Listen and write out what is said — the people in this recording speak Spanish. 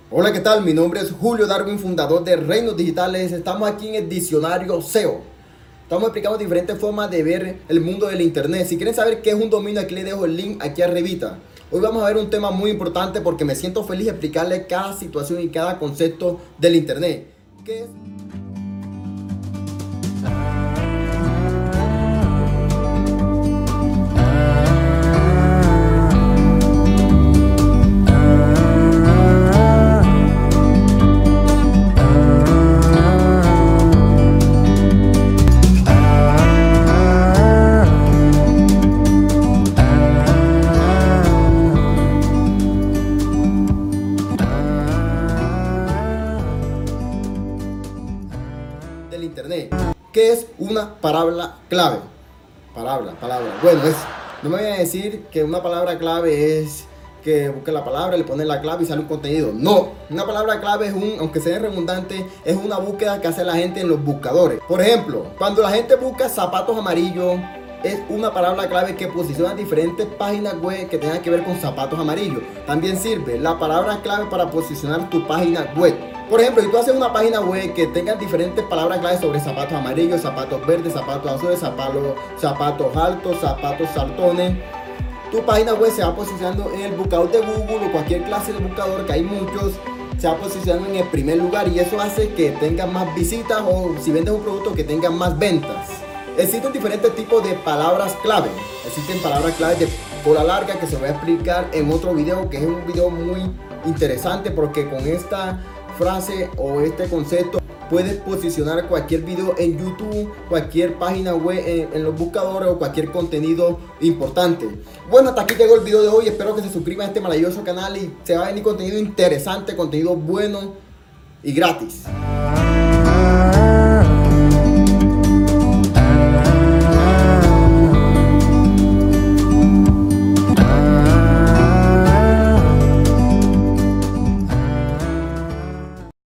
Hola, ¿qué tal? Mi nombre es Julio Darwin, fundador de Reinos Digitales. Estamos aquí en el diccionario SEO. Estamos explicando diferentes formas de ver el mundo del internet. Si quieren saber qué es un dominio, aquí les dejo el link aquí arribita. Hoy vamos a ver un tema muy importante porque me siento feliz de explicarles cada situación y cada concepto del internet. ¿Qué es? Del internet. ¿Qué es una palabra clave? Palabra. Bueno, no me voy a decir que una palabra clave es que busque la palabra, le pone la clave y sale un contenido. No, una palabra clave aunque sea redundante, es una búsqueda que hace la gente en los buscadores. Por ejemplo, cuando la gente busca zapatos amarillos, es una palabra clave que posiciona diferentes páginas web que tengan que ver con zapatos amarillos. También sirve la palabra clave para posicionar tu página web. Por ejemplo, si tú haces una página web que tenga diferentes palabras claves sobre zapatos amarillos, zapatos verdes, zapatos azules, zapatos altos, zapatos saltones, tu página web se va posicionando en el buscador de Google o cualquier clase de buscador, que hay muchos, se va posicionando en el primer lugar y eso hace que tengas más visitas o si vendes un producto que tengas más ventas. Existen diferentes tipos de palabras clave. Existen palabras claves de cola larga que se voy a explicar en otro video, que es un video muy interesante porque con esta frase o este concepto puedes posicionar cualquier video en YouTube, cualquier página web en los buscadores o cualquier contenido importante. Bueno, hasta aquí llegó el video de hoy. Espero que se suscriban a este maravilloso canal y se va a venir contenido interesante, contenido bueno y gratis.